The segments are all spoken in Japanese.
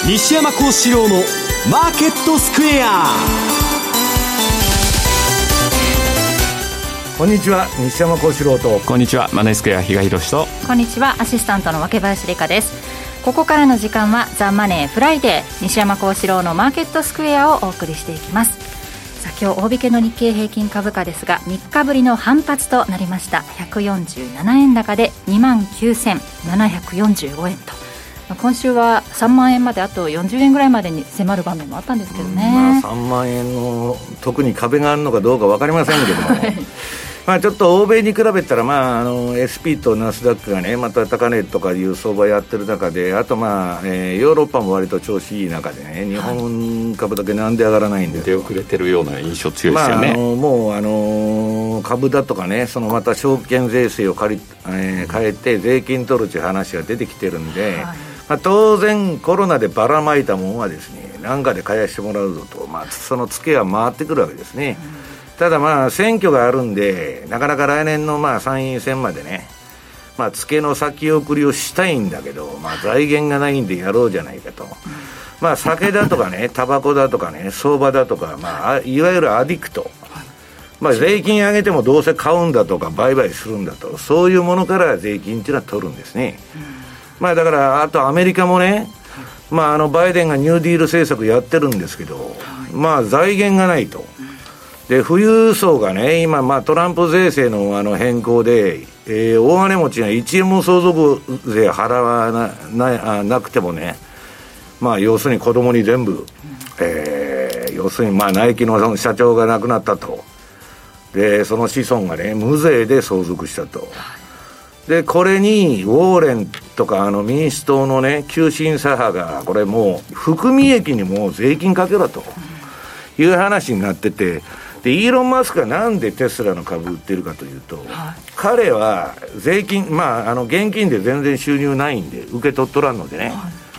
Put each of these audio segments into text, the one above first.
西山幸四郎のマーケットスクエア。 こんにちは、西山幸四郎と。 こんにちは、マネースクエア比嘉宏と。 こんにちは、アシスタントの若林理香です。ここからの時間はザ・マネーフライデー、西山幸四郎のマーケットスクエアをお送りしていきます。さあ、今日大引けの日経平均株価ですが、3日ぶりの反発となりました。147円高で 29,745 円と、今週は3万円まであと40円ぐらいまでに迫る場面もあったんですけどね。 3万円の特に壁があるのかどうか分かりませんけども、ちょっと欧米に比べたら、SP とナスダックがねまた高値とかいう相場やってる中で、あとヨーロッパも割と調子いい中でね、日本株だけなんで上がらないんですよ。 出遅れてるような印象強いですよね。 もう株だとかね、また証券税制を変えて税金取るという話が出てきてるんで、当然コロナでばらまいたものはですね、何かで返してもらうぞと、そのツケは回ってくるわけですね。ただ選挙があるんで、なかなか来年の参院選までね、ツケの先送りをしたいんだけど、財源がないんでやろうじゃないかと。酒だとかね、タバコだとかね、相場だとか、いわゆるアディクト、税金上げてもどうせ買うんだとか売買するんだと、そういうものから税金っていうのは取るんですね。だからあとアメリカもね、バイデンがニューディール政策やってるんですけど、財源がないと。で富裕層がね、今、トランプ税制の変更で、大金持ちが1円も相続税払わ なくてもね、要するに子供に全部、要するにナイキの社長が亡くなったと。でその子孫がね無税で相続したと。でこれにウォーレンとか民主党のね急進左派が、これもう含み益にも税金かけろという話になってて、でイーロン・マスクがなんでテスラの株売ってるかというと、彼は税金、現金で全然収入ないんで受け取っとらんのでね、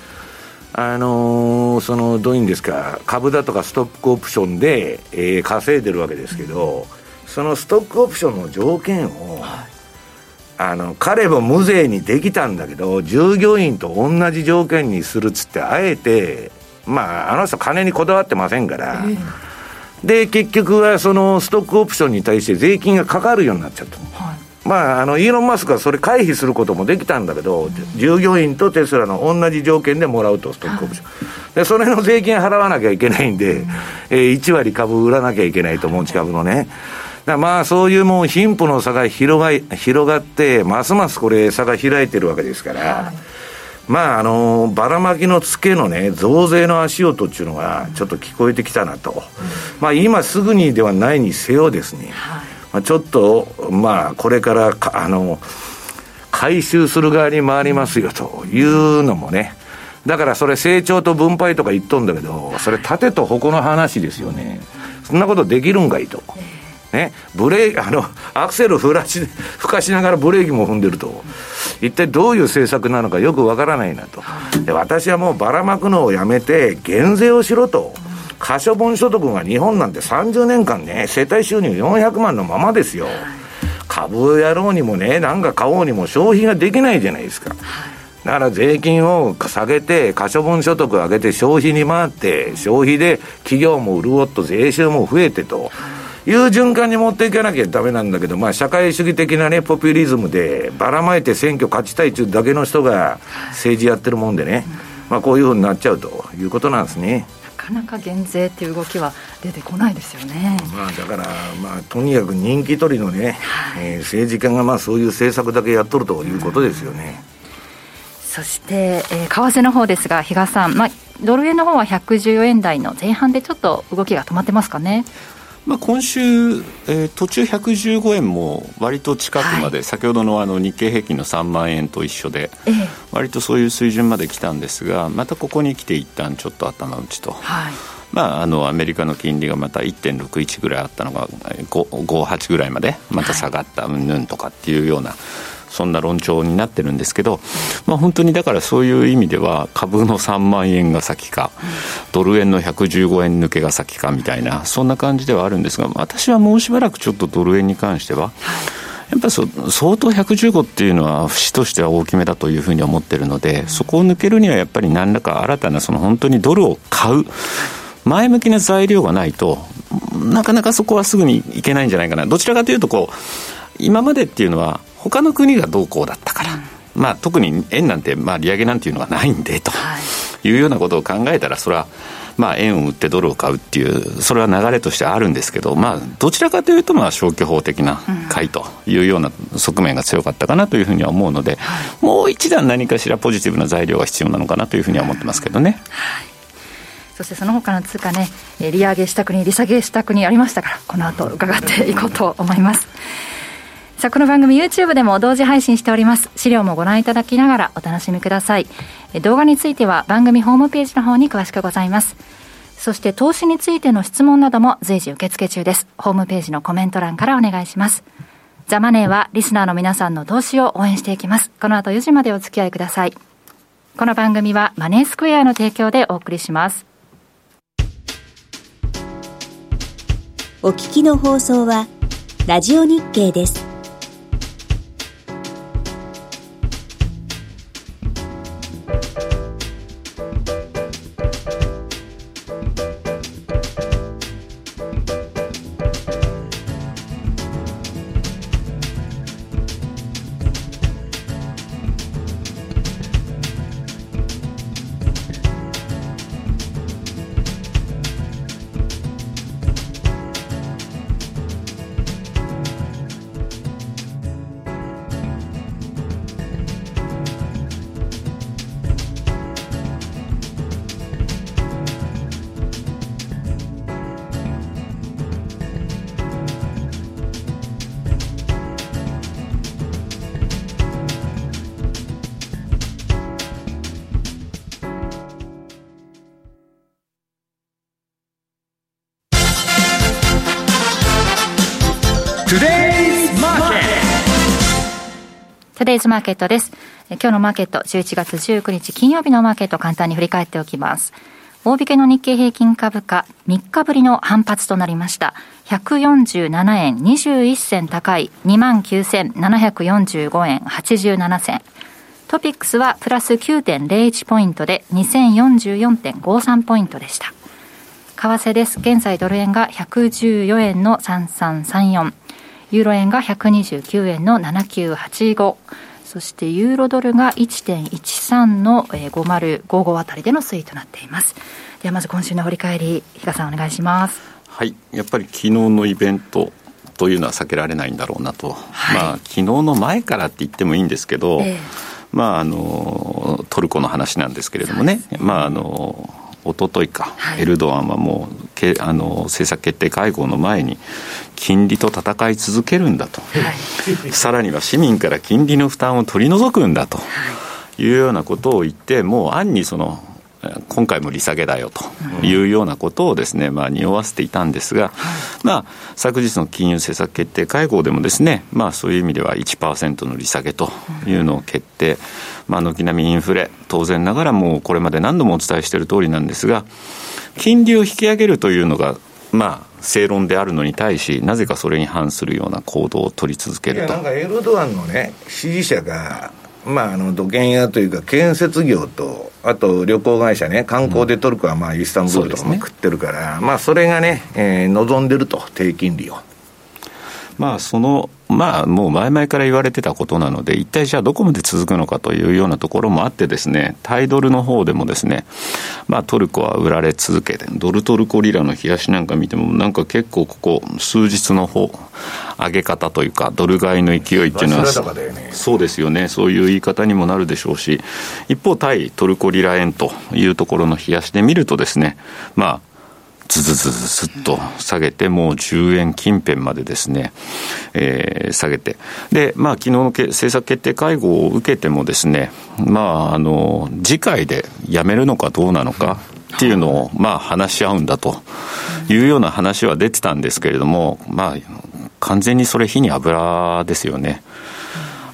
どういうんですか、株だとかストックオプションで、稼いでるわけですけど、そのストックオプションの条件を、彼も無税にできたんだけど、従業員と同じ条件にするっつって、あえてあの人金にこだわってませんから、で結局はそのストックオプションに対して税金がかかるようになっちゃった、イーロン・マスクはそれ回避することもできたんだけど、従業員とテスラの同じ条件でもらうと、ストックオプション、でそれの税金払わなきゃいけないんで、1割株売らなきゃいけないと、持ち株のね。そういうもう貧富の差が広がって、ますますこれ差が開いてるわけですから、ばらまきのツケのね増税の足音っていうのがちょっと聞こえてきたなと。今すぐにではないにせよですね、ちょっとこれから回収する側に回りますよというのもね、だからそれ成長と分配とか言っとんだけど、それ盾と矛の話ですよね。そんなことできるんかいとね、アクセル吹かしながらブレーキも踏んでると、一体どういう政策なのかよくわからないなと。で私はもうばらまくのをやめて減税をしろと。可処分所得が日本なんて30年間ね、世帯収入400万のままですよ。株をやろうにもね、なんか買おうにも消費ができないじゃないですか。だから税金を下げて可処分所得を上げて消費に回って、消費で企業も潤っと税収も増えてという循環に持っていかなきゃダメなんだけど、社会主義的なねポピュリズムでばらまいて選挙勝ちたいというだけの人が政治やってるもんでね、こういうふうになっちゃうということなんですね。 なかなか減税っていう動きは出てこないですよね。 だからとにかく人気取りのね、政治家がそういう政策だけやっとるということですよね。 そして、為替の方ですが、比嘉さん、ドル円の方は114円台の前半でちょっと動きが止まってますかね。 今週、途中115円も割と近くまで、先ほどの日経平均の3万円と一緒で、割とそういう水準まで来たんですが、またここに来て一旦ちょっと頭打ちと、アメリカの金利がまた 1.61 ぐらいあったのが 5.58 ぐらいまでまた下がったうんぬんとかっていうような、そんな論調になってるんですけど、本当にだからそういう意味では株の3万円が先か、ドル円の115円抜けが先かみたいな、そんな感じではあるんですが、私はもうしばらくちょっとドル円に関しては、 やっぱり相当115っていうのは節としては大きめだというふうに思っているので、そこを抜けるにはやっぱり何らか新たな本当にドルを買う前向きな材料がないとなかなかそこはすぐにいけないんじゃないかな。どちらかというと今までっていうのは他の国がどうこうだったから、特に円なんて利上げなんていうのがないんでというようなことを考えたら、それは円を売ってドルを買うっていうそれは流れとしてあるんですけど、どちらかというと消去法的な買いというような側面が強かったかなというふうには思うので、もう一段何かしらポジティブな材料が必要なのかなというふうには思ってますけどね。 そしてその他の通貨ね、利上げした国利下げした国ありましたから、この後伺っていこうと思います。さあ、この番組 YouTube でも同時配信しております。資料もご覧いただきながらお楽しみください。動画については番組ホームページの方に詳しくございます。そして投資についての質問なども随時受付中です。ホームページのコメント欄からお願いします。ザ・マネーはリスナーの皆さんの投資を応援していきます。この後4時までお付き合いください。この番組はマネースクエアの提供でお送りします。 お聞きの放送はラジオ日経です。 トゥデイズマーケットです。今日のマーケット、11月19日金曜日のマーケット、簡単に振り返っておきます。大引けの日経平均株価、3日ぶりの反発となりました。147円21銭高い 29,745 円87銭。トピックスはプラス 9.01 ポイントで 2044.53 ポイントでした。為替です。現在ドル円が114円の3334、ユーロ円が129円の7985、そしてユーロドルが 1.13 の5055あたりでの推移となっています。ではまず今週の振り返り、比嘉さんお願いします。 はい、やっぱり昨日のイベントというのは避けられないんだろうなと、昨日の前からって言ってもいいんですけど、トルコの話なんですけれどもね、おとといか、エルドアンはもう政策決定会合の前に金利と戦い続けるんだと、さらには市民から金利の負担を取り除くんだというようなことを言って、もう暗に今回も利下げだよというようなことをですね、匂わせていたんですが、昨日の金融政策決定会合でもですね、そういう意味では 1% の利下げというのを決定、軒並みインフレ、当然ながらもうこれまで何度もお伝えしている通りなんですが、金利を引き上げるというのが正論であるのに対し、なぜかそれに反するような行動を取り続けると。 なんかエルドアンのね、支持者が土建屋というか建設業と、あと旅行会社ね、観光でトルコはイスタンブールとかも食ってるから、それがね、望んでると、低金利を。もう前々から言われてたことなので、一体じゃあどこまで続くのかというようなところもあってですね、タイドルの方でもですね、トルコは売られ続けて、ドルトルコリラの冷やしなんか見ても、なんか結構ここ数日の上げ方というか、ドル買いの勢いっていうのは、そうですよね、そういう言い方にもなるでしょうし、一方対トルコリラ円というところの冷やしで見るとですね、ずっと下げて、もう10円近辺までですね、下げて、で昨日の政策決定会合を受けてもですね、次回でやめるのかどうなのかっていうのを話し合うんだというような話は出てたんですけれども、完全にそれ火に油ですよね。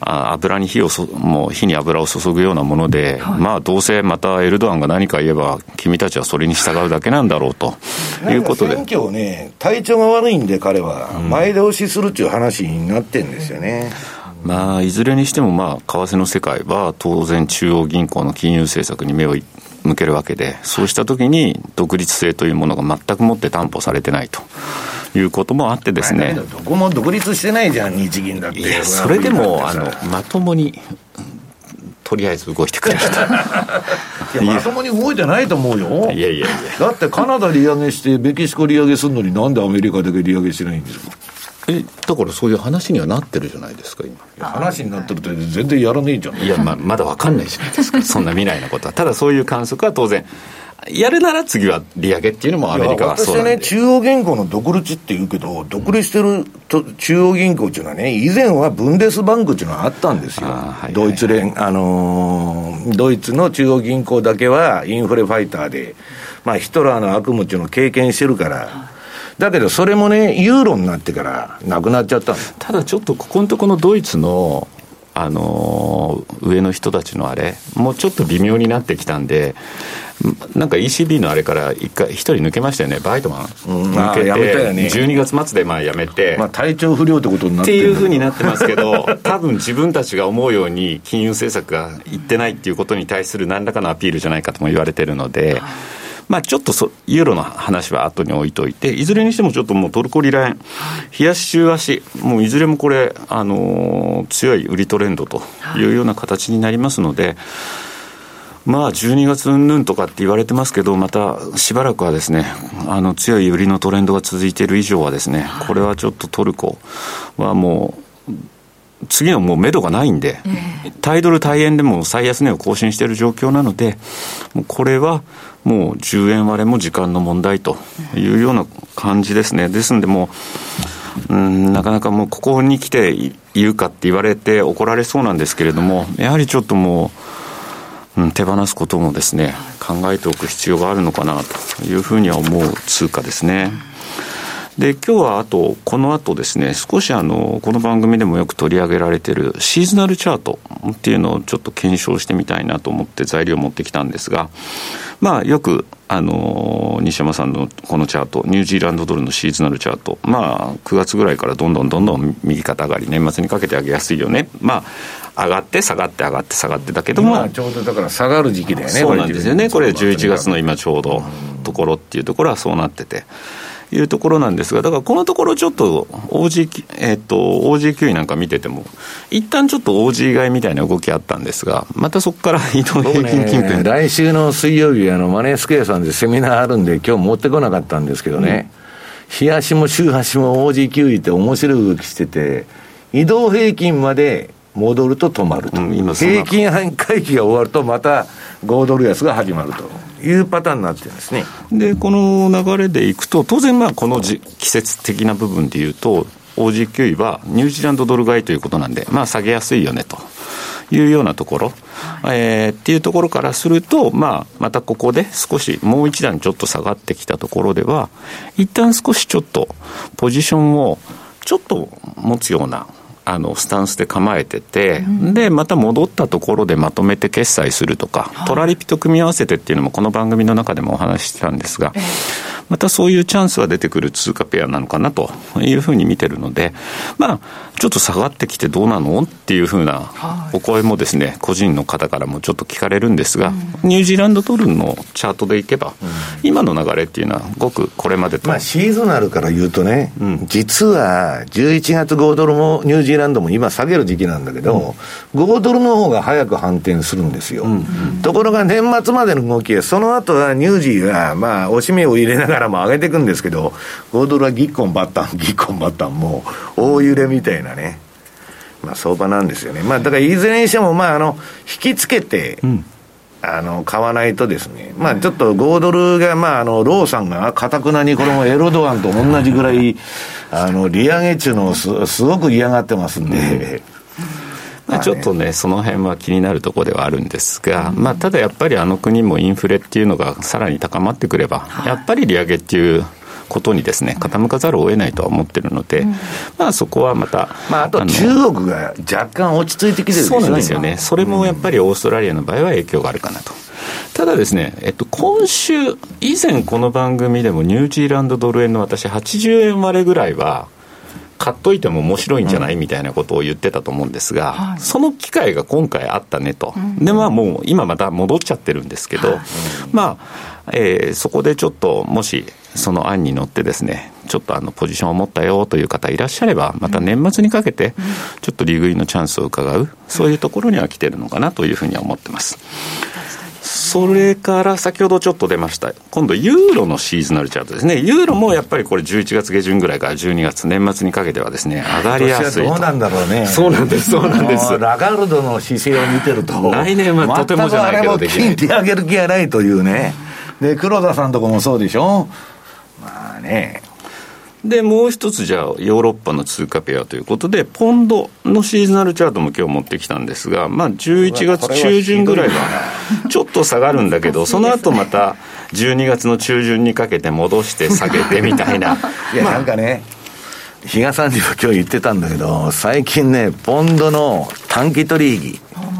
油にもう火に油を注ぐようなもので、まあどうせまたエルドアンが何か言えば君たちはそれに従うだけなんだろうということで、 選挙をね、体調が悪いんで彼は前倒しするっていう話になってるんですよね。 まあいずれにしてもまあ為替の世界は当然中央銀行の金融政策に目を向けるわけで、そうしたときに独立性というものが全くもって担保されてないということもあってですね。 どこも独立してないじゃん、日銀だって。 いや、それでもまともにとりあえず動いてくれると。 いや、まともに動いてないと思うよ。 いやいやいや、 だってカナダ利上げしてメキシコ利上げするのになんでアメリカだけ利上げしてないんですか。 だからそういう話にはなってるじゃないですか今。 いや、話になってるって全然やらねえじゃん。 いや、まだ分かんないじゃないですかそんな未来のことは。ただそういう観測は当然やるなら次は利上げっていうのもアメリカはそうなんで。 私ね、中央銀行の独立って言うけど、独立してる中央銀行っていうのはね、以前はブンデスバンクっていうのがあったんですよ。ドイツドイツの中央銀行だけはインフレファイターで、まあヒトラーの悪夢っていうのを経験してるから。だけどそれもね、ユーロになってからなくなっちゃったんです。 ただちょっとここのところのドイツの上の人たちのあれもうちょっと微妙になってきたんで、なんか ECB のあれから一人抜けましたよね、バイトマン、抜けて、 やめたよね、 12月末でまあ辞めて、 まあ、体調不良ってことになってっていうふうになってますけど多分自分たちが思うように金融政策がいってないっていうことに対する何らかのアピールじゃないかとも言われてるので、まあ、ちょっとユーロの話は後に置いといて、いずれにしてもちょっともうトルコリラ円、冷やし中足、もういずれもこれ、強い売りトレンドというような形になりますので、まあ12月うんぬんとかって言われてますけど、またしばらくはですね、強い売りのトレンドが続いている以上はですね、これはちょっとトルコはもう次のもう目処がないんで、対ドル対円でも最安値を更新している状況なので、もうこれはもう10円割れも時間の問題というような感じですね。ですのでもうなかなかもうここに来て言うかって言われて怒られそうなんですけれども、やはりちょっともう、手放すこともですね考えておく必要があるのかなというふうには思う通貨ですね。で今日はこの後ですね、少しこの番組でもよく取り上げられているシーズナルチャートっていうのをちょっと検証してみたいなと思って材料を持ってきたんですが、まあよく西山さんのこのチャート、ニュージーランドドルのシーズナルチャート、まあ9月ぐらいからどんどん右肩上がり、年末にかけて上げやすいよね、まあ上がって下がって上がって下がってだけども、 今ちょうどだから下がる時期だよね。 そうなんですよね。これ11月の今ちょうどところっていうところはそうなってていうところなんですが、だからこのところちょっと OG なんか見てても一旦ちょっと OG 買いみたいな動きあったんですが、またそこから移動平均近辺、 来週の水曜日マネースクエアさんでセミナーあるんで今日持ってこなかったんですけどね、日足も週足も OG って面白い動きしてて、移動平均まで戻ると止まると、平均回帰が終わるとまた5ドル安が始まるというパターンになってるんですね。 でこの流れでいくと、当然まあこの季節的な部分でいうと OG9 位はニュージーランドドル買いということなんで、まあ下げやすいよねというようなところ、っていうところからすると、またここで少しもう一段ちょっと下がってきたところでは、一旦少しちょっとポジションをちょっと持つようなスタンスで構えてて、でまた戻ったところでまとめて決済するとか、トラリピと組み合わせてっていうのもこの番組の中でもお話ししてたんですが、またそういうチャンスが出てくる通貨ペアなのかなというふうに見てるので、ちょっと下がってきてどうなのっていうふうなお声もですね、個人の方からもちょっと聞かれるんですが、ニュージーランドドルのチャートでいけば、今の流れっていうのはごくこれまでと、 シーズナルから言うとね、実は11月5ドルもニュージーランドも今下げる時期なんだけど、5ドルの方が早く反転するんですよ、ところが年末までの動きは、その後はニュージーは押し目を入れながらも上げていくんですけど、5ドルはギッコンバッタンもう大揺れみたいなね、相場なんですよね。だからいずれにしても引きつけて、買わないとですね、ちょっと5ドルがローさんが堅くなにこれもエロドアンと同じぐらい利上げ中のすごく嫌がってますんで、 ちょっとねその辺は気になるところではあるんですが、ただやっぱり国もインフレっていうのがさらに高まってくれば、やっぱり利上げっていうことにですね傾かざるを得ないとは思っているので、そこはまた、 あと中国が若干落ち着いてきてるんですよね。 そうなんですよね。それもやっぱりオーストラリアの場合は影響があるかなと。ただですね、今週以前この番組でもニュージーランドドル円の私80円割れぐらいは買っといても面白いんじゃない、みたいなことを言ってたと思うんですが、その機会が今回あったねと、でもう今また戻っちゃってるんですけど、そこでちょっともしその案に乗ってですねちょっとポジションを持ったよという方いらっしゃれば、また年末にかけてちょっと利食いのチャンスを伺う、そういうところには来てるのかなというふうには思ってます。それから先ほどちょっと出ました今度ユーロのシーズナルチャートですね。ユーロもやっぱりこれ11月下旬ぐらいから12月年末にかけてはですね上がりやすいと。 どうなんだろうね。 そうなんですそうなんです。 ラガルドの姿勢を見てると来年はとてもじゃないけどできない。 全くあれも金利上げる気がないというね。で黒田さんとこもそうでしょ。 でもう一つじゃあヨーロッパの通貨ペアということでポンドのシーズナルチャートも今日持ってきたんですが、11月中旬ぐらいはちょっと下がるんだけどその後また12月の中旬にかけて戻して下げてみたいななんかね比嘉さんにも今日言ってたんだけど最近ねポンドの短期取引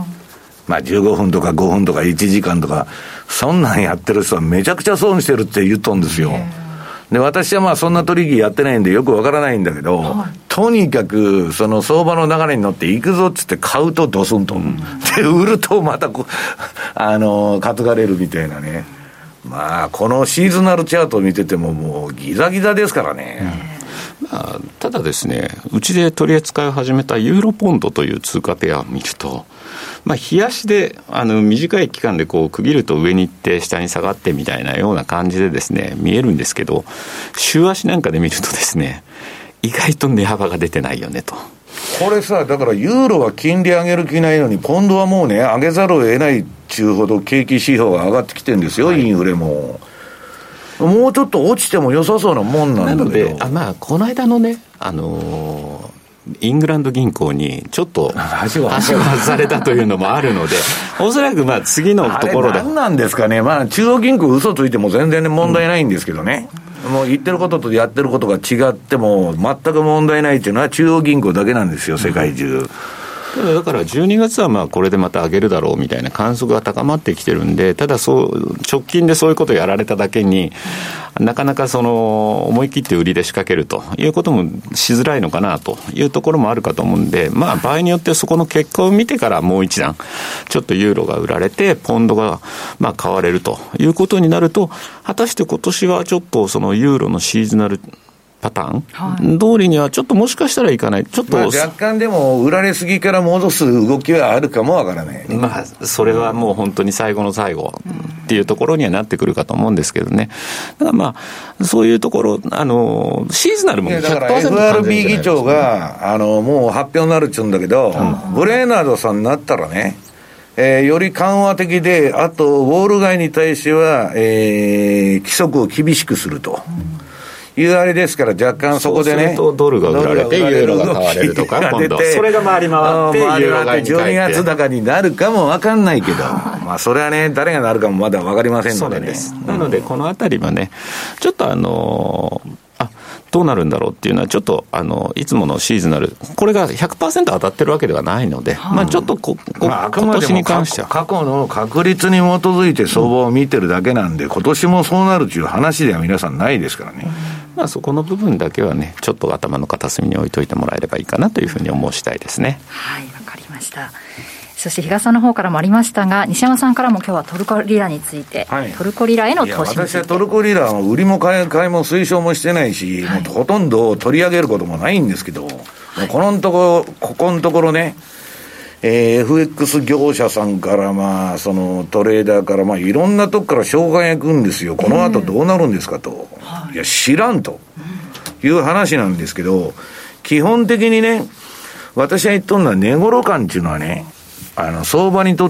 15分とか5分とか1時間とかそんなんやってる人はめちゃくちゃ損してるって言っとんですよ。で私はそんな取引やってないんでよくわからないんだけど、とにかくその相場の流れに乗って行くぞっつって買うとドスンと、で売るとまた担がれるみたいなね。このシーズナルチャートを見ててももうギザギザですからね。 ただですねうちで取り扱いを始めたユーロポンドという通貨ペアを見ると冷やしで短い期間でこう区切ると上に行って下に下がってみたいなような感じでですね見えるんですけど、週足なんかで見るとですね意外と値幅が出てないよねと。 これさだからユーロは金利上げる気ないのにポンドはもうね上げざるを得ないっちゅうほど景気指標が上がってきてるんですよ、インフレも。もうちょっと落ちても良さそうなもんなんだけど。 なのでこの間のねイングランド銀行にちょっと足を外されたというのもあるのでおそらく次のところで何なんですかね。中央銀行嘘ついても全然問題ないんですけどね、もう言ってることとやってることが違っても全く問題ないっていうのは中央銀行だけなんですよ世界中。 だから12月はこれでまた上げるだろうみたいな観測が高まってきてるんで、ただ直近でそういうことをやられただけになかなか思い切って売りで仕掛けるということもしづらいのかなというところもあるかと思うんで、場合によってそこの結果を見てからもう一段ちょっとユーロが売られてポンドが買われるということになると、果たして今年はちょっとそのユーロのシーズナルパターン、通りにはちょっともしかしたらいかない、ちょっと、 若干でも売られすぎから戻す動きはあるかもわからない、 それはもう本当に最後の最後っていうところにはなってくるかと思うんですけどね。だからそういうところシーズナルも 100% だから FRB 議長がもう発表になるっちゅうんだけど、ブレーナードさんになったらね、より緩和的で、あとウォール街に対しては、規則を厳しくすると、いうあれですから、若干そこでね、 そうするとドルが売られてユーロが買われるとか、今度それが回り回ってユーロ買いに帰って 12月高になるかも分かんないけどそれはね誰がなるかもまだ分かりませんのでね。 なのでこのあたりはねちょっとどうなるんだろうっていうのはちょっといつものシーズナルこれが 100% 当たってるわけではないので、ちょっと今年に関しては過去の確率に基づいて相場を見てるだけなんで、今年もそうなるという話では皆さんないですからね。 そこの部分だけはねちょっと頭の片隅に置いといてもらえればいいかなというふうに思うしたいですね。 はい、わかりました。そして比嘉さんの方からもありましたが、西山さんからも今日はトルコリラについて、トルコリラへの投資について。 私はトルコリラは売りも買いも推奨もしてないし、もうほとんど取り上げることもないんですけど、もうここのところね、FX 業者さんからそのトレーダーからいろんなとこから紹介が来るんですよ。この後どうなるんですかと、いや知らんという話なんですけど、基本的にね私が言っとるのは値頃感っていうのはね、相場にとって、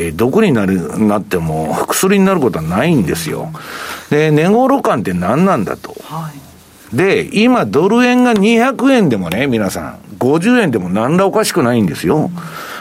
毒になっても薬になることはないんですよ。で、値頃感って何なんだと。で、今ドル円が200円でもね、皆さん、50円でも何らおかしくないんですよ。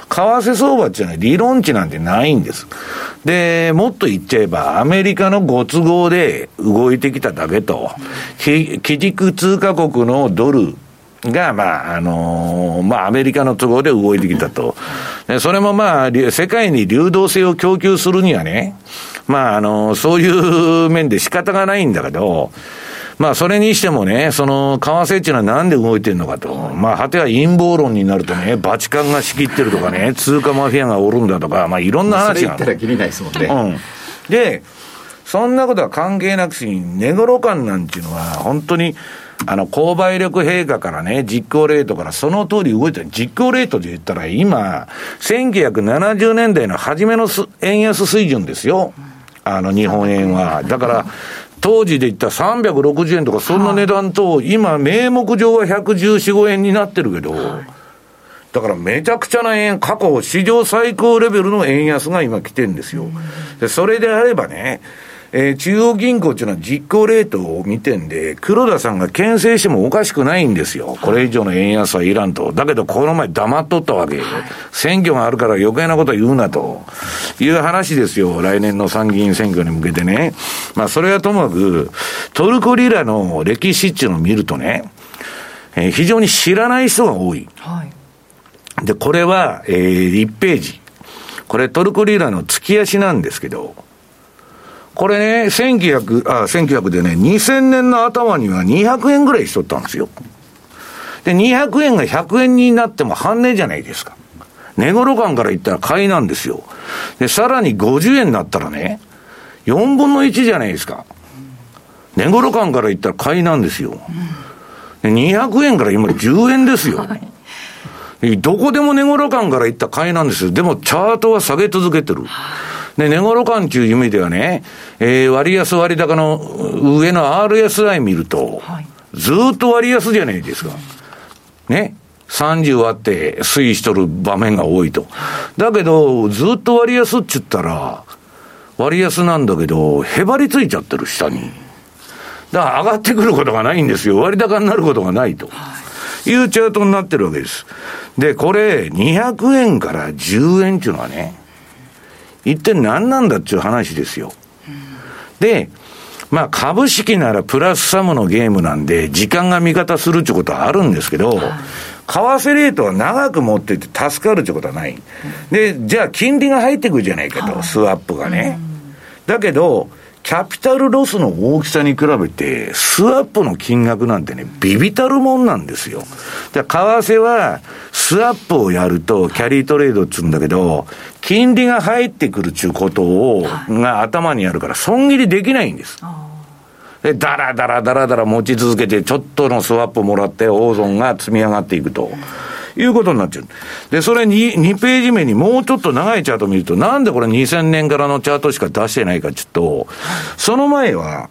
替相場っていうのは理論値なんてないんです。で、もっと言っちゃえば、アメリカのご都合で動いてきただけと、基軸通貨国のドルが、アメリカの都合で動いてきたと。でそれも世界に流動性を供給するにはね、そういう面で仕方がないんだけど、それにしてもね、その、為替っていうのはなんで動いてるのかと。果ては陰謀論になるとね、バチカンが仕切ってるとかね、通貨マフィアがおるんだとか、いろんな話が。 それ言ったらきりないですもんね。 で、そんなことは関係なくし、値頃感なんていうのは、本当に、購買力陛下からね、実行レートからその通り動いてる。実行レートで言ったら今、1970年代の初めの円安水準ですよ。日本円は。だから、当時で言ったら360円とかそんな値段と、今名目上は114、5円になってるけど、だからめちゃくちゃな過去史上最高レベルの円安が今来てるんですよ。で、それであればね、中央銀行っていうのは実行レートを見てんで、黒田さんが牽制してもおかしくないんですよ。これ以上の円安はいらんと。だけどこの前黙っとったわけ。選挙があるから余計なことは言うなという話ですよ。来年の参議院選挙に向けてね。それはともかく、トルコリラの歴史っていうのを見るとね、非常に知らない人が多い。で、これは、1ページ。これトルコリラの月足なんですけど、これね、1900でね、2000年の頭には200円ぐらいしとったんですよ。で、200円が100円になっても半値じゃないですか。値頃感から言ったら買いなんですよ。で、さらに50円になったらね、4分の1じゃないですか。値頃感から言ったら買いなんですよ。で、200円から今10円ですよ。どこでも値頃感から言ったら買いなんですよ。でもチャートは下げ続けてる。で、値頃感という意味ではね、割安割高の上の RSI 見ると、ずーっと割安じゃないですか。ね。30割って推移しとる場面が多いと。だけど、ずっと割安って言ったら、割安なんだけど、へばりついちゃってる、下に。だから上がってくることがないんですよ。割高になることがないと。いうチャートになってるわけです。で、これ、200円から10円っていうのはね、一体何なんだっていう話ですよ。で、株式ならプラスサムのゲームなんで、時間が味方するってことはあるんですけど、為替レートは長く持っていて助かるってことはない。で、じゃあ金利が入ってくるじゃないかと、スワップがね。だけど、キャピタルロスの大きさに比べて、スワップの金額なんてね、ビビたるもんなんですよ。為替は、スワップをやると、キャリートレードっつうんだけど、金利が入ってくるっていうことが頭にあるから、損切りできないんです。で、だらだら持ち続けて、ちょっとのスワップもらって、大損が積み上がっていくと。いうことになっちゃう。で、それに2ページ目にもうちょっと長いチャートを見ると、なんでこれ2000年からのチャートしか出してないかちょっと、その前は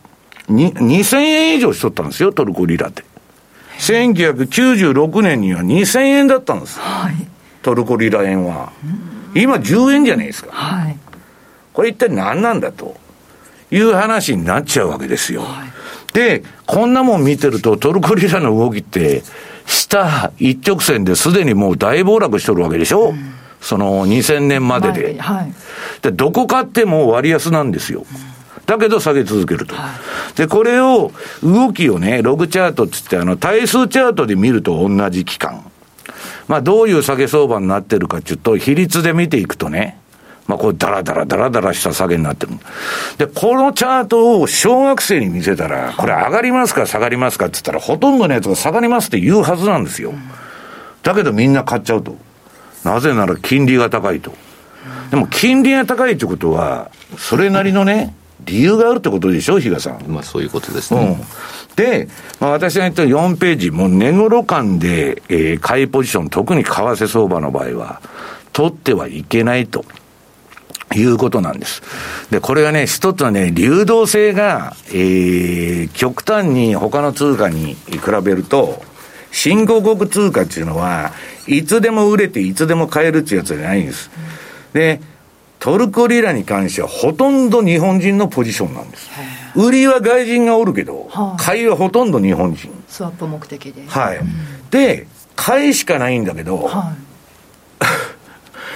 2000円以上しとったんですよ、トルコリラって。1996年には2000円だったんです。トルコリラ円は。今10円じゃないですか。これ一体何なんだという話になっちゃうわけですよ。で、こんなもん見てるとトルコリラの動きって、下一直線ですでにもう大暴落しとるわけでしょ、その2000年までで。で、どこ買っても割安なんですよ。だけど下げ続けると。で、これを、動きをね、ログチャートって言って対数チャートで見ると同じ期間。どういう下げ相場になってるかっていうと、比率で見ていくとね、これダラダラした下げになってる。で、このチャートを小学生に見せたら、これ上がりますか下がりますかって言ったら、ほとんどのやつが下がりますって言うはずなんですよ。だけどみんな買っちゃうと。なぜなら金利が高いと。でも金利が高いってことは、それなりのね、理由があるってことでしょ、比嘉さん。 そういうことですね。 で、私が言った4ページ、もう値頃感で、買いポジション、特に為替相場の場合は、取ってはいけないと。いうことなんです。で、これがね、一つはね、流動性が、極端に他の通貨に比べると、新興国通貨っていうのは、いつでも売れていつでも買えるっていうやつじゃないんです。で、トルコリラに関してはほとんど日本人のポジションなんです。売りは外人がおるけど、買いはほとんど日本人。 スワップ目的で。 で、買いしかないんだけど、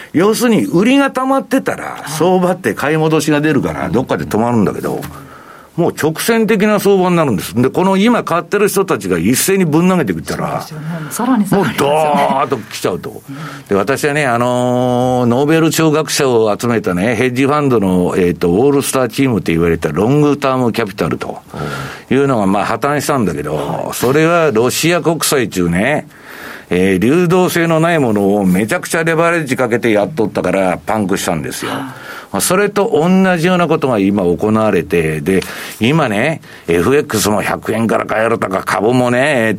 要するに売りが溜まってたら相場って買い戻しが出るからどっかで止まるんだけど、もう直線的な相場になるんです。でこの今買ってる人たちが一斉にぶん投げてくったら、 さらにもうドーッと来ちゃうと。で私はねノーベル賞学者を集めたねヘッジファンドの、ウォールスターチームって言われたロングタームキャピタルというのがまあ破綻したんだけど、それはロシア国債中ね、流動性のないものをめちゃくちゃレバレッジかけてやっとったからパンクしたんですよ。それと同じようなことが今行われて、で今ね FX も100円から買えるとか、株もね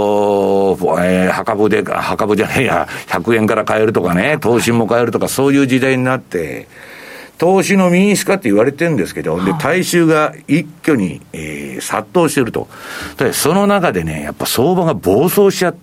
墓場じゃねえや100円から買えるとかね、投資も買えるとか、そういう時代になって投資の民主化って言われてるんですけど、で大衆が一挙に、殺到してると。でその中でねやっぱ相場が暴走しちゃって、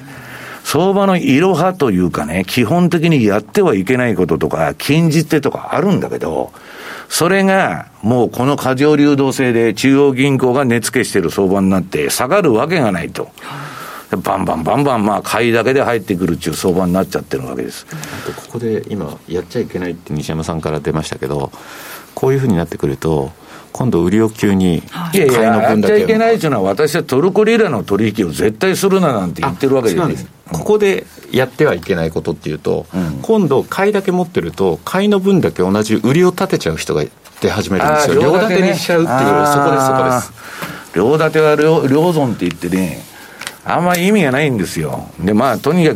相場のいろはというかね、基本的にやってはいけないこととか禁じ手とかあるんだけど、それがもうこの過剰流動性で中央銀行が値付けしてる相場になって下がるわけがないと。バンバンまあ買いだけで入ってくるっていう相場になっちゃってるわけです。 あとここで今やっちゃいけないって西山さんから出ましたけど、こういうふうになってくると今度売りを急に買いの分だけやっちゃいけないというのは、私はトルコリラの取引を絶対するななんて言ってるわけです。 ここでやってはいけないことっていうと、今度買いだけ持ってると買いの分だけ同じ売りを立てちゃう人が出始めるんですよ。両立てにしちゃうっていう、そこです。 両立ては両損って言ってね、あんまり意味がないんですよ。でまあとにか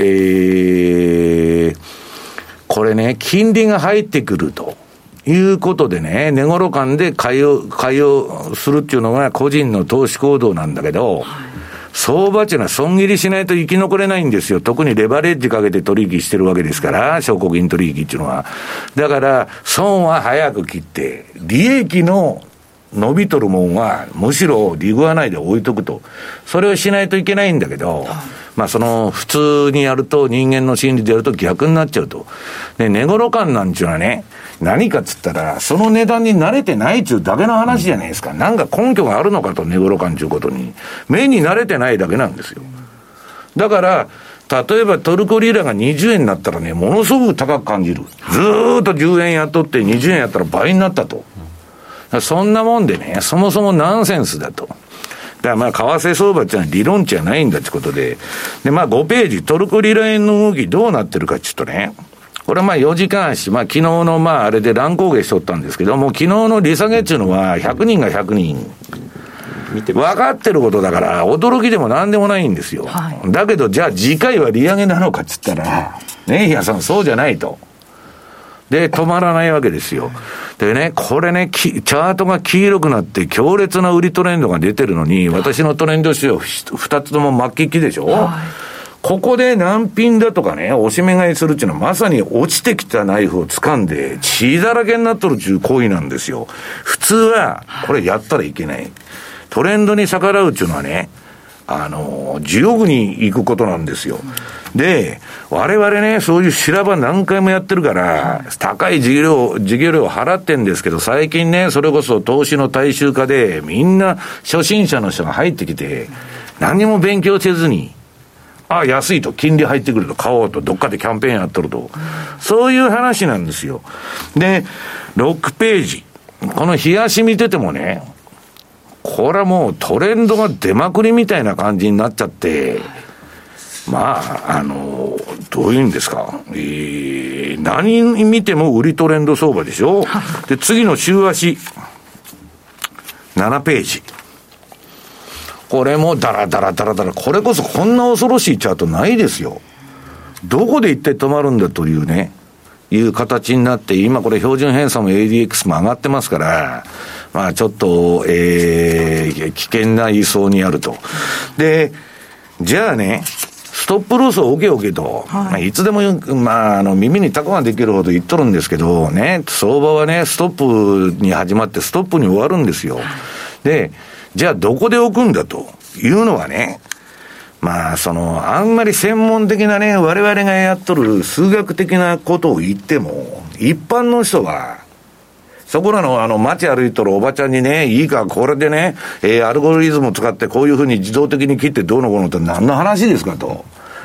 く、これね金利が入ってくるということでね、値頃感で買いをするっていうのが個人の投資行動なんだけど、相場っていうのは損切りしないと生き残れないんですよ。特にレバレッジかけて取引してるわけですから、証拠金取引っていうのは。だから損は早く切って、利益の伸びとるもんはむしろ利食わないで置いとくと。それをしないといけないんだけど、まあその普通にやると、人間の心理でやると逆になっちゃうと。で値頃感なんていうのはね、何かっつったらその値段に慣れてないっちゅうだけの話じゃないですか。なんか根拠があるのかと、値頃感ちゅうことに目に慣れてないだけなんですよ。だから例えばトルコリラが20円になったらね、ものすごく高く感じる。ずーっと10円やっとって20円やったら倍になったと。そんなもんでね、そもそもナンセンスだと。だからまあ為替相場ってのは理論値はないんだってことで、でまあ5ページトルコリラ円の動きどうなってるかちょっとね、これはまあ4時間足、まあ昨日のまああれで乱高下しとったんですけども、昨日の利下げっていうのは100人が100人分かってることだから驚きでもなんでもないんですよ、だけどじゃあ次回は利上げなのかっつったらね、日野さんそうじゃないと。で止まらないわけですよ。でね、これねチャートが黄色くなって強烈な売りトレンドが出てるのに、私のトレンド指標2つとも末期でしょ、ここで難品だとかね、押し目買いするっていうのはまさに落ちてきたナイフを掴んで血だらけになっとるっていう行為なんですよ。普通はこれやったらいけない。トレンドに逆らうっていうのはね、地獄に行くことなんですよ。で、我々ね、そういう修羅場何回もやってるから、高い授業料を払ってんですけど、最近ね、それこそ投資の大衆化で、みんな初心者の人が入ってきて、何も勉強せずに、安いと、金利入ってくると買おうと、どっかでキャンペーンやっとると。そういう話なんですよ。で、6ページ。この冷やし見ててもね、これはもうトレンドが出まくりみたいな感じになっちゃって、まあ、どういうんですか、何見ても売りトレンド相場でしょ。で、次の週足、7ページ。これもダラダラ、これこそこんな恐ろしいチャートないですよ。どこで一体止まるんだというね、いう形になって、今これ標準偏差も ADX も上がってますから、まあちょっと、危険な位相にあると。で、じゃあね、ストップロスを置けと、いつでも、耳にタコができるほど言っとるんですけどね、相場はね、ストップに始まってストップに終わるんですよ。で、じゃあどこで置くんだというのはね、あんまり専門的なね、我々がやっとる数学的なことを言っても、一般の人は、そこらの街歩いとるおばちゃんにね、いいか、これでね、アルゴリズムを使ってこういうふうに自動的に切ってどうのこうのって何の話ですかと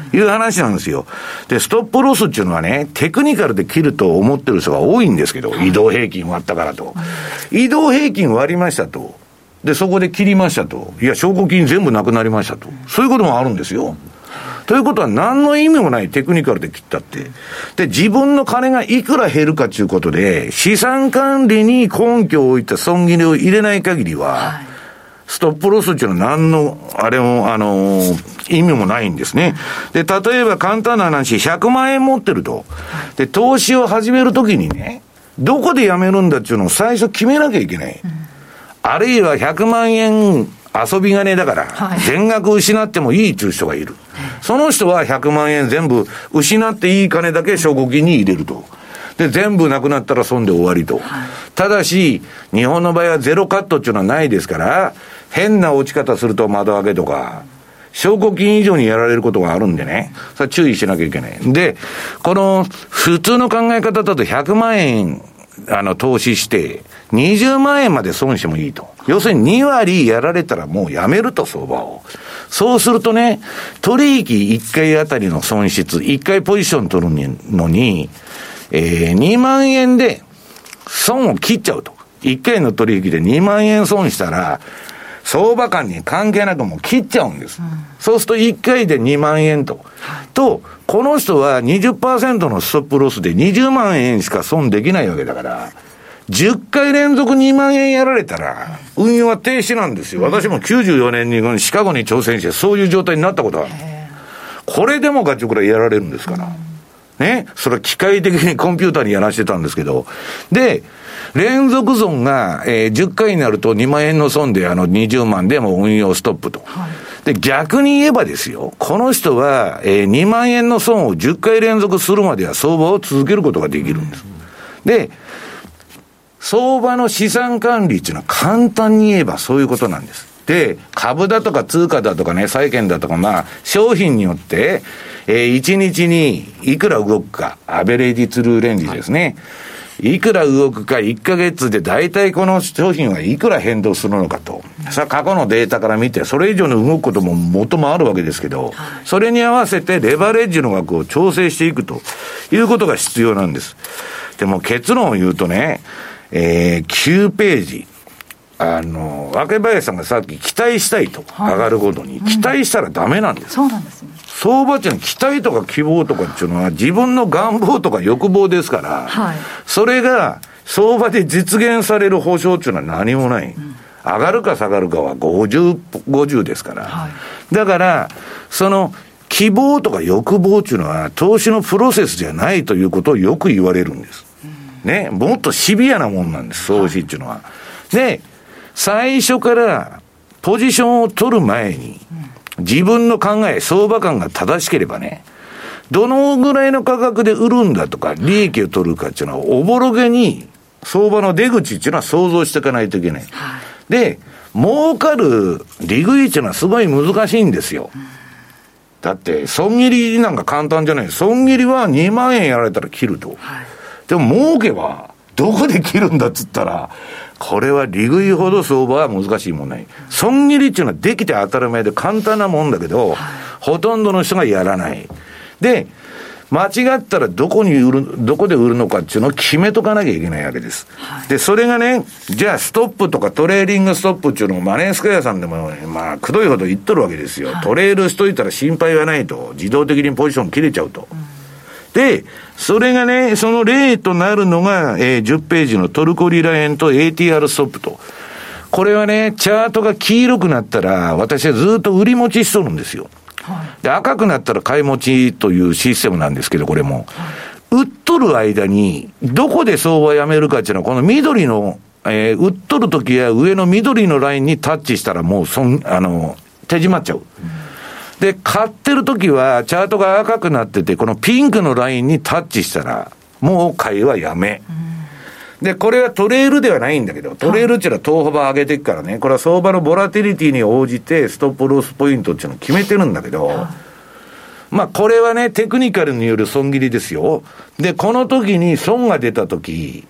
いう話なんですよ。で、ストップロスっていうのはね、テクニカルで切ると思ってる人が多いんですけど、移動平均割ったからと。移動平均割りましたと。で、そこで切りましたと。いや、証拠金全部なくなりましたと。そういうこともあるんですよ。ということは何の意味もないテクニカルで切ったって。で、自分の金がいくら減るかということで、資産管理に根拠を置いた損切りを入れない限りは、ストップロスっていうのは何の、あれも、意味もないんですね。で、例えば簡単な話、100万円持ってると。で、投資を始めるときにね、どこでやめるんだっていうのを最初決めなきゃいけない。あるいは100万円遊び金だから、全額失ってもいいという人がいる。その人は100万円全部失っていい金だけ証拠金に入れると。で、全部なくなったら損で終わりと。ただし、日本の場合はゼロカットっていうのはないですから、変な落ち方すると窓開けとか、証拠金以上にやられることがあるんでね、それ注意しなきゃいけない。で、この普通の考え方だと100万円投資して20万円まで損してもいいと。要するに2割やられたらもうやめると、相場を。そうするとね、取引1回あたりの損失、1回ポジション取るのに、2万円で損を切っちゃうと。1回の取引で2万円損したら、相場感に関係なくもう切っちゃうんです。そうすると1回で2万円と。と、この人は 20% のストップロスで20万円しか損できないわけだから、10回連続2万円やられたら、運用は停止なんですよ。私も94年にシカゴに挑戦して、そういう状態になったことがある。これでもガチョくらいやられるんですから。ね。それは機械的にコンピューターにやらしてたんですけど。で、連続損が、10回になると2万円の損で20万でも運用ストップと。で、逆に言えばですよ、この人は、2万円の損を10回連続するまでは相場を続けることができるんです。で、相場の資産管理っていうのは簡単に言えばそういうことなんです。で、株だとか通貨だとかね、債券だとか、まあ、商品によって、1日にいくら動くか、アベレージツルーレンジですね。いくら動くか1ヶ月で大体この商品はいくら変動するのかと。さあ過去のデータから見てそれ以上に動くことも元もあるわけですけど、それに合わせてレバレッジの額を調整していくということが必要なんです。でも結論を言うとね、9ページ。若林さんがさっき期待したいと、上がることに、期待したらダメなんです。 そうなんですね。 相場っていうのは期待とか希望とかっていうのは自分の願望とか欲望ですから、それが相場で実現される保証っていうのは何もない。上がるか下がるかは50、50ですから。だから、その希望とか欲望っていうのは投資のプロセスじゃないということをよく言われるんです。ね、もっとシビアなもんなんです、投資っていうのは。で、最初からポジションを取る前に、自分の考え、相場感が正しければね、どのぐらいの価格で売るんだとか、利益を取るかっていうのは、おぼろげに、相場の出口っていうのは想像していかないといけない。で、儲かる利食いっていうのはすごい難しいんですよ。だって、損切りなんか簡単じゃない。損切りは2万円やられたら切ると。でも儲けは、どこで切るんだっつったら、これは利食いほど相場は難しいもんない。損切りっていうのはできて当たり前で簡単なもんだけど、ほとんどの人がやらない。で、間違ったらどこで売るのかっていうのを決めとかなきゃいけないわけです。で、それがね、じゃあストップとかトレーリングストップっていうのをマネースクエアさんでも、まあ、くどいほど言っとるわけですよ。トレールしといたら心配はないと。自動的にポジション切れちゃうと。で、それがね、その例となるのが、10ページのトルコリラ円と ATR ストップと。これはね、チャートが黄色くなったら、私はずっと売り持ちしとるんですよ。で、赤くなったら買い持ちというシステムなんですけど、これも。売っとる間に、どこで相場やめるかっていうのは、この緑の、売っとる時や上の緑のラインにタッチしたらもう手締まっちゃう。で、買ってる時は、チャートが赤くなってて、このピンクのラインにタッチしたら、もう買いはやめ。で、これはトレールではないんだけど、トレールっていうのは等幅上げていくからね、これは相場のボラティリティに応じて、ストップロスポイントっていうのを決めてるんだけど、まあ、これはね、テクニカルによる損切りですよ。で、この時に損が出た時、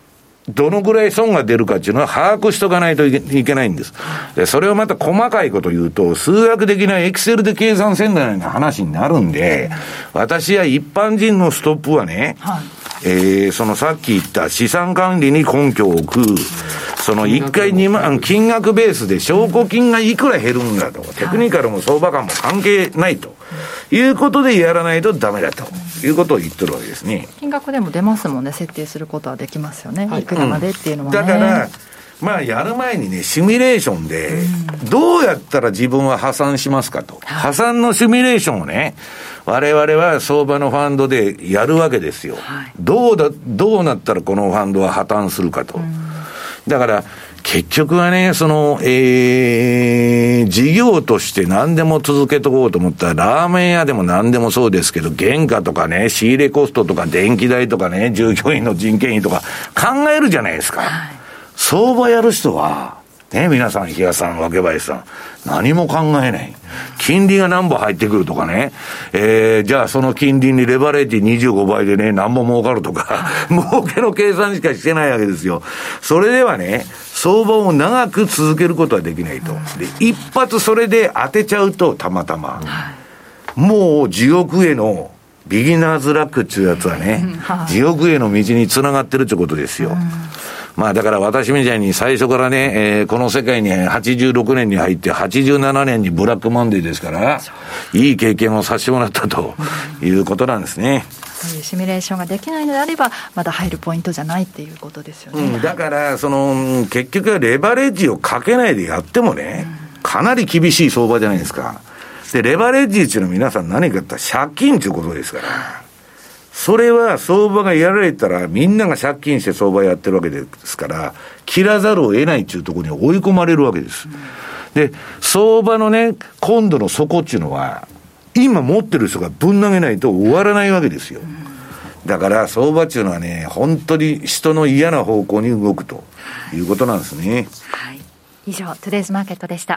どのぐらい損が出るかっていうのは把握しとかないといけないんです。で、それをまた細かいこと言うと、数学的なエクセルで計算せんだような話になるんで、私は一般人のストップはね、そのさっき言った資産管理に根拠を置く、その1回2万、金額ベースで証拠金がいくら減るんだと、テクニカルも相場感も関係ないということでやらないとダメだということを言ってるわけですね。 金額でも出ますもんね、設定することはできますよね、いくらまでっていうのはね。 だからまあやる前にね、シミュレーションでどうやったら自分は破産しますかと、破産のシミュレーションをね、我々は相場のファンドでやるわけですよ。どうなったらこのファンドは破綻するかと。だから結局はね、その事業として何でも続けとこうと思ったら、ラーメン屋でも何でもそうですけど、原価とかね、仕入れコストとか電気代とかね、従業員の人件費とか考えるじゃないですか。相場やる人はね、皆さん、比嘉さん、若林さん、何も考えない。金利が何本入ってくるとかね、じゃあその金利にレバレッジ25倍でね、何本儲かるとか、儲けの計算しかしてないわけですよ。それではね、相場を長く続けることはできないと。で、一発それで当てちゃうと、たまたま、もう地獄へのビギナーズラックっていうやつはね、地獄への道につながってるってことですよ。まあだから私みたいに最初からね、この世界に86年に入って87年にブラックマンデーですから、いい経験をさせてもらったということなんですね。 そういうシミュレーションができないのであれば、まだ入るポイントじゃないっていうことですよね。 だから結局はレバレッジをかけないでやってもね、かなり厳しい相場じゃないですか。で、レバレッジっていうのは皆さん何かって借金ということですから。それは相場がやられたらみんなが借金して相場やってるわけですから、切らざるを得ないっていうところに追い込まれるわけです。で、相場のね、今度の底っていうのは、今持ってる人がぶん投げないと終わらないわけですよ。だから相場っていうのはね、本当に人の嫌な方向に動くということなんですね。 はい。以上、トゥデイズマーケットでした。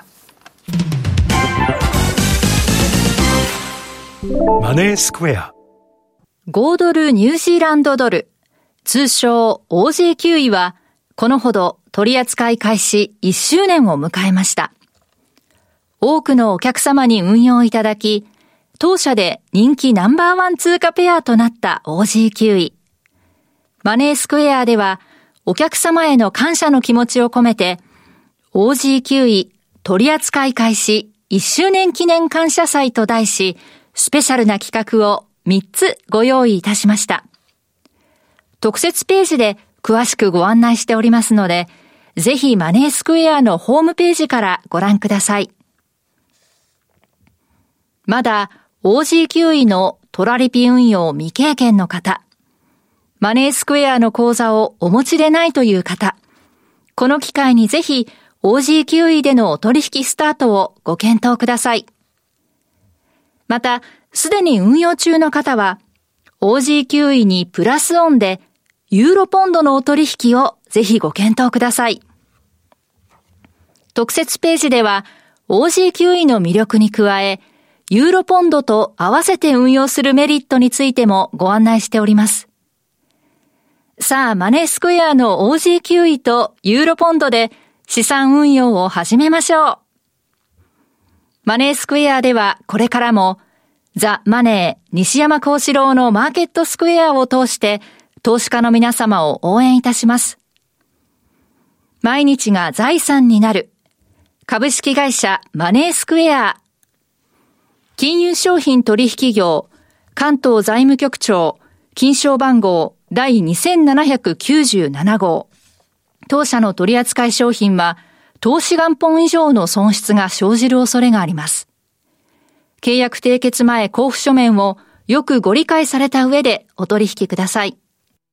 マネースクエア。 5ドルニュージーランドドル、通称 OG9 は、このほど取扱い開始1周年を迎えました。多くのお客様に運用いただき、当社で人気ナンバーワン通貨ペアとなった OG9。マネースクエアでは、お客様への感謝の気持ちを込めて、OG9 取扱い開始1周年記念感謝祭と題し、スペシャルな企画を3つご用意いたしました。特設ページで詳しくご案内しておりますので、ぜひマネースクエアのホームページからご覧ください。まだ OG9 のトラリピ運用未経験の方、マネースクエアの口座をお持ちでないという方、この機会にぜひ OG9 でのお取引スタートをご検討ください。また、すでに運用中の方は、OG9 にプラスオンで、ユーロポンドのお取引をぜひご検討ください。特設ページでは、OG9 の魅力に加え、ユーロポンドと合わせて運用するメリットについてもご案内しております。さあ、マネースクエアの OG9 とユーロポンドで資産運用を始めましょう。マネースクエアではこれからも、ザ・マネー西山幸四郎のマーケットスクエアを通して投資家の皆様を応援いたします。毎日が財産になる株式会社マネースクエア、金融商品取引業関東財務局長金賞番号第2797号、当社の取扱商品は投資元本以上の損失が生じる恐れがあります。契約締結前交付書面をよくご理解された上でお取引ください。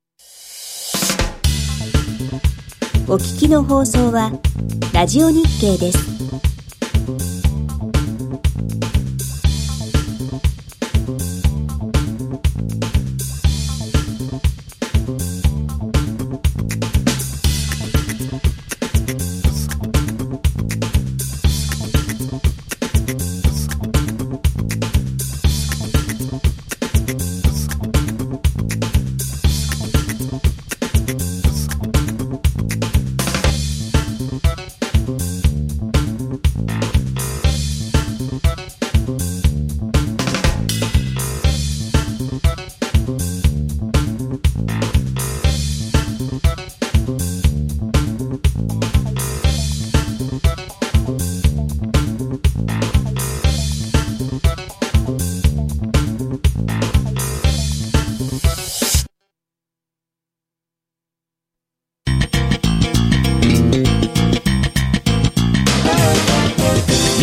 お聞きの放送はラジオ日経です。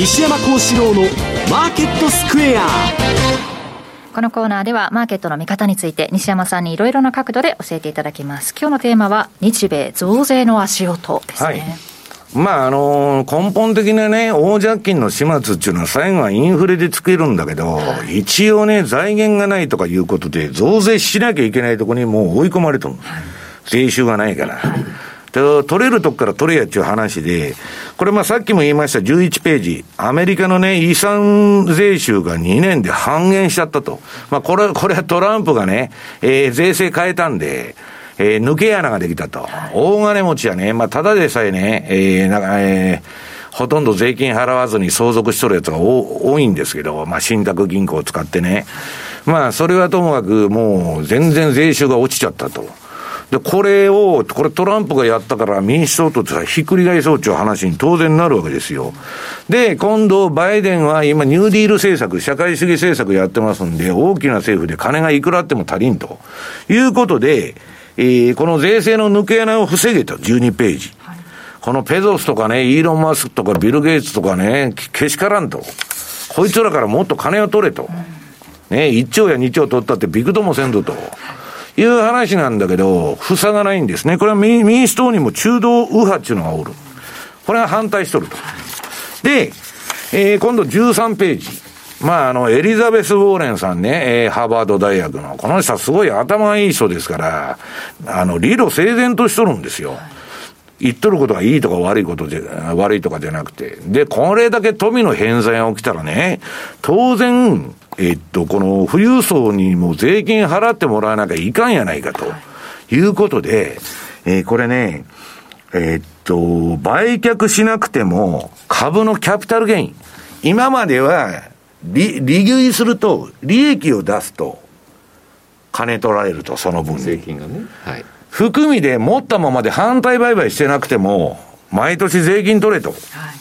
西山幸四郎のマーケットスクエア。 このコーナーではマーケットの見方について西山さんにいろいろな角度で教えていただきます。今日のテーマは日米増税の足音ですね。はい、 まあ根本的なね、大借金の始末っていうのは最後はインフレでつけるんだけど、一応ね、財源がないとかいうことで、増税しなきゃいけないところにもう追い込まれてる。税収がないから。取れるとこから取れやっていう話で、これまあさっきも言いました11ページ、アメリカのね、遺産税収が2年で半減しちゃったと。まあこれはトランプがね、税制変えたんで、抜け穴ができたと。大金持ちはね、まあただでさえね、ほとんど税金払わずに相続しとるやつが多いんですけど、まあ信託銀行を使ってね。まあそれはともかくもう全然税収が落ちちゃったと。で、これトランプがやったから民主党とってひっくり返そうっていう話に当然なるわけですよ。で、今度バイデンは今ニューディール政策、社会主義政策やってますんで、大きな政府で金がいくらあっても足りんということで、この税制の抜け穴を防げと12ページ。はい、このペゾスとかね、イーロン・マスクとかビル・ゲイツとかね、けしからんと。こいつらからもっと金を取れと。ね、1兆や2兆取ったってびくともせんぞと。いう話なんだけど、塞がないんですね。これは民主党にも中道右派っていうのがおる。これが反対しとると。で、今度13ページ。まあ、エリザベス・ウォーレンさんね、ハーバード大学の。この人はすごい頭がいい人ですから、理路整然としとるんですよ。言っとることがいいとか悪いとかじゃなくて。で、これだけ富の偏在が起きたらね、当然、この富裕層にも税金払ってもらわなきゃいかんやないかということで、これね、売却しなくても株のキャピタルゲイン。今までは利食いすると利益を出すと金取られると、その分に。 税金がね。はい。 含みで持ったままで反対売買してなくても毎年税金取れと。はい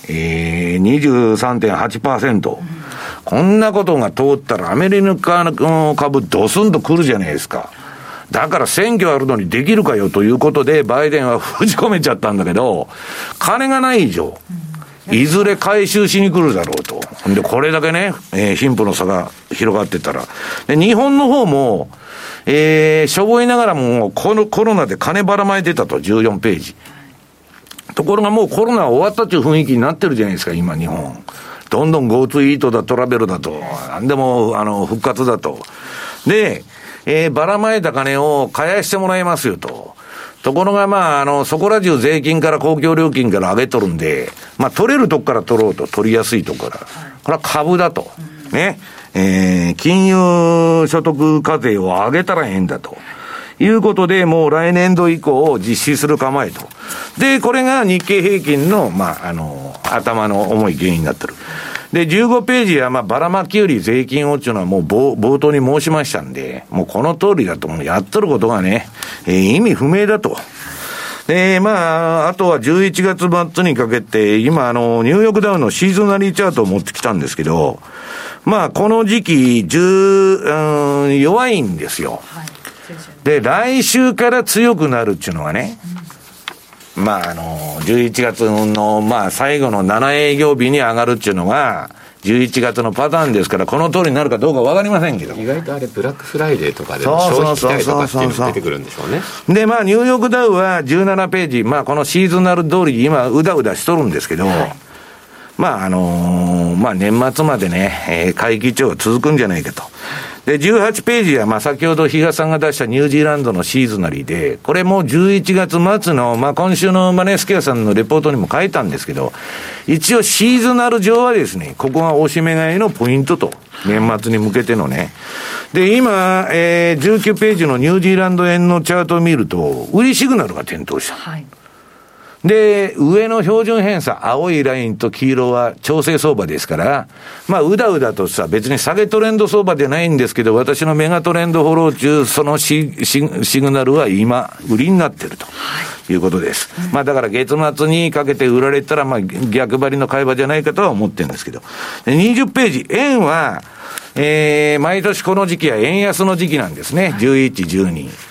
、23.8%。こんなことが通ったらアメリカの株ドスンと来るじゃないですか。だから選挙あるのにできるかよということでバイデンは封じ込めちゃったんだけど、金がない以上、いずれ回収しに来るだろうと。で、これだけね、貧富の差が広がってたら。で、日本の方も、しょぼいながらもコロナで金ばらまいてたと、14ページ。ところがもうコロナ終わったという雰囲気になってるじゃないですか、今日本。どんどん GoTo イートだ、トラベルだと、なんでも、復活だと。で、ばらまいた金を返してもらいますよと。ところがまあ、そこら中税金から公共料金から上げとるんで、まあ、取れるとこから取ろうと、取りやすいとこから。これは株だと。ね。金融所得課税を上げたらええんだと。いうことで、もう来年度以降実施する構えと。で、これが日経平均の、まあ、頭の重い原因になってる。で、15ページは、まあ、ばらまきより税金をっていうのはもう冒頭に申しましたんで、もうこの通りだと、もうやっとることがね、意味不明だと。で、まあ、あとは11月末にかけて、今、ニューヨークダウのシーズナリーチャートを持ってきたんですけど、まあ、この時期、弱いんですよ。はい、で、来週から強くなるっていうのはね、まあ、11月の、まあ、最後の7営業日に上がるっていうのが、11月のパターンですから、この通りになるかどうかわかりませんけど。 意外とあれ、ブラックフライデーとかでも消費期待とかっていうのが出てくるんでしょうね。 で、まあ、ニューヨークダウは17ページ、まあ、このシーズナル通り今、うだうだしとるんですけど、はい、まあ、まあ、年末までね、会期長が続くんじゃないかと。で、18ページは、まあ、先ほど比嘉さんが出したニュージーランドのシーズナリーで、これも11月末の、まあ、今週のマネースケアさんのレポートにも書いたんですけど、一応シーズナル上はですね、ここがおしめ買いのポイントと、年末に向けてのね。で、今、19ページのニュージーランド円のチャートを見ると、売りシグナルが点灯した。はい。で、上の標準偏差、青いラインと黄色は調整相場ですから、まあ、うだうだとさ、別に下げトレンド相場でないんですけど、私のメガトレンドフォロー中、そのシグナルは今、売りになっているということです。まあ、だから月末にかけて売られたら、まあ、逆張りの買い場じゃないかとは思ってるんですけど。20ページ、円は、毎年この時期は円安の時期なんですね。11、12。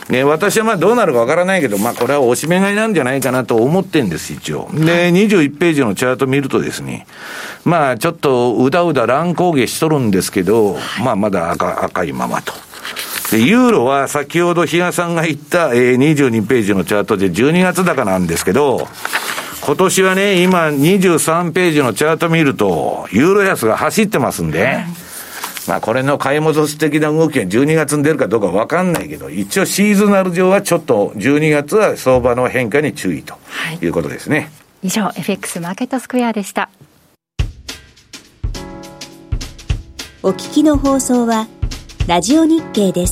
私はどうなるかわからないけど、これはおしめ買いなんじゃないかなと思ってんです、一応。で、21ページのチャート見るとですね、ちょっとうだうだ乱高下しとるんですけど、まだ赤いままと。で、ユーロは先ほど比嘉さんが言った、22ページのチャートで12月高なんですけど、今年はね、今23ページのチャート見ると、ユーロ安が走ってますんで、これの買い戻し的な動きが12月に出るかどうか分かんないけど、一応シーズナル上はちょっと12月は相場の変化に注意ということですね。 以上 FX マーケットスクエアでした。 お聞きの放送はラジオ日経です。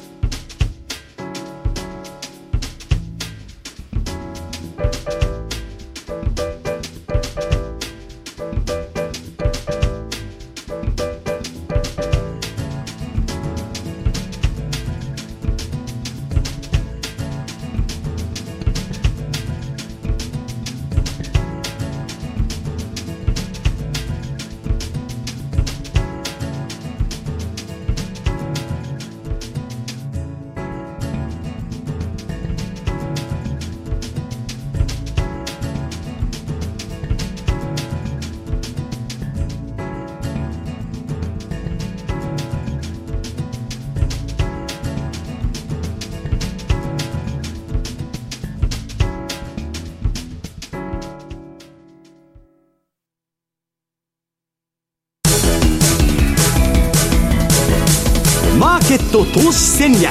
マーケット投資戦略。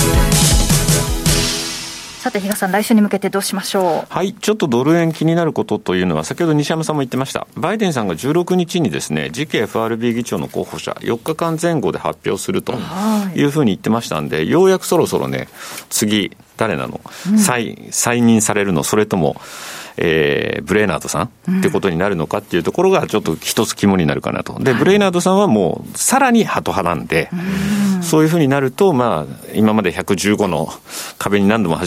さて比嘉さん、来週に向けてどうしましょう。 はい、ちょっとドル円気になることというのは、先ほど西山さんも言ってました、バイデンさんが16日にですね、次期 FRB 議長の候補者4日間前後で発表するというふうに言ってましたんで、ようやくそろそろね、次誰なの、再任されるの、それともブレイナードさんってことになるのかっていうところがちょっと一つ肝になるかなと。で、ブレイナードさんはもうさらにハト派なんで、そういうふうになると、今まで115の壁に何度も跳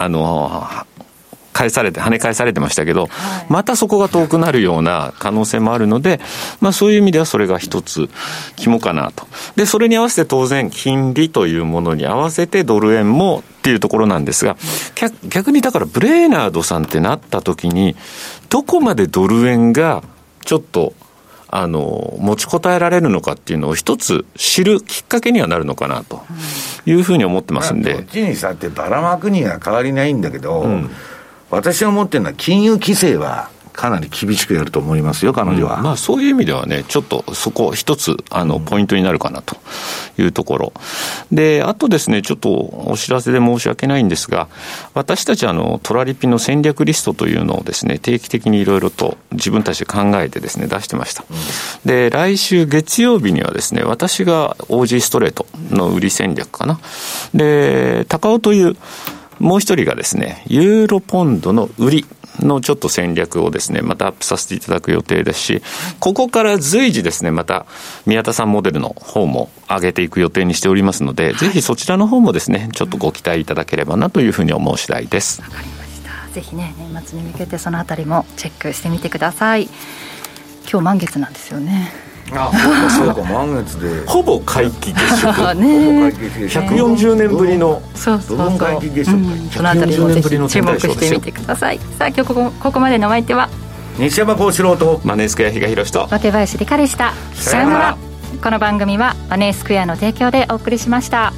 ね返されてましたけど、またそこが遠くなるような可能性もあるので、そういう意味ではそれが一つ肝かなと。で、それに合わせて当然金利というものに合わせてドル円もっていうところなんですが、逆にだからブレイナードさんってなった時に、どこまでドル円がちょっと持ちこたえられるのかっていうのを一つ知るきっかけにはなるのかなというふうに思ってますんで、 どっちにさってばらまくには変わりないんだけど、私が思ってるのは金融規制はかなり厳しくやると思いますよ、彼女は。 そういう意味ではね、ちょっとそこ一つポイントになるかなというところで、あとですね、ちょっとお知らせで申し訳ないんですが、私たちトラリピの戦略リストというのをですね、定期的にいろいろと自分たちで考えてですね、出してました。で、来週月曜日にはですね、私が OG ストレートの売り戦略かな、で高尾というもう一人がですね、ユーロポンドの売りのちょっと戦略をですね、またアップさせていただく予定ですし、ここから随時ですね、また宮田さんモデルの方も上げていく予定にしておりますので、ぜひそちらの方もですね、ちょっとご期待いただければなというふうに思う次第です。 わかりました。ぜひね、年末に向けてそのあたりもチェックしてみてください。今日満月なんですよね。 そうか、満月でほぼ皆既月食ね、 140年ぶりのそう皆既月食、 そのあたりもぜひ注目してみてください。さあ、今日ここまでのお相手は西山幸四郎とマネースクエア比嘉宏と若林理香でした。さようなら。この番組はマネースクエアの提供でお送りしました。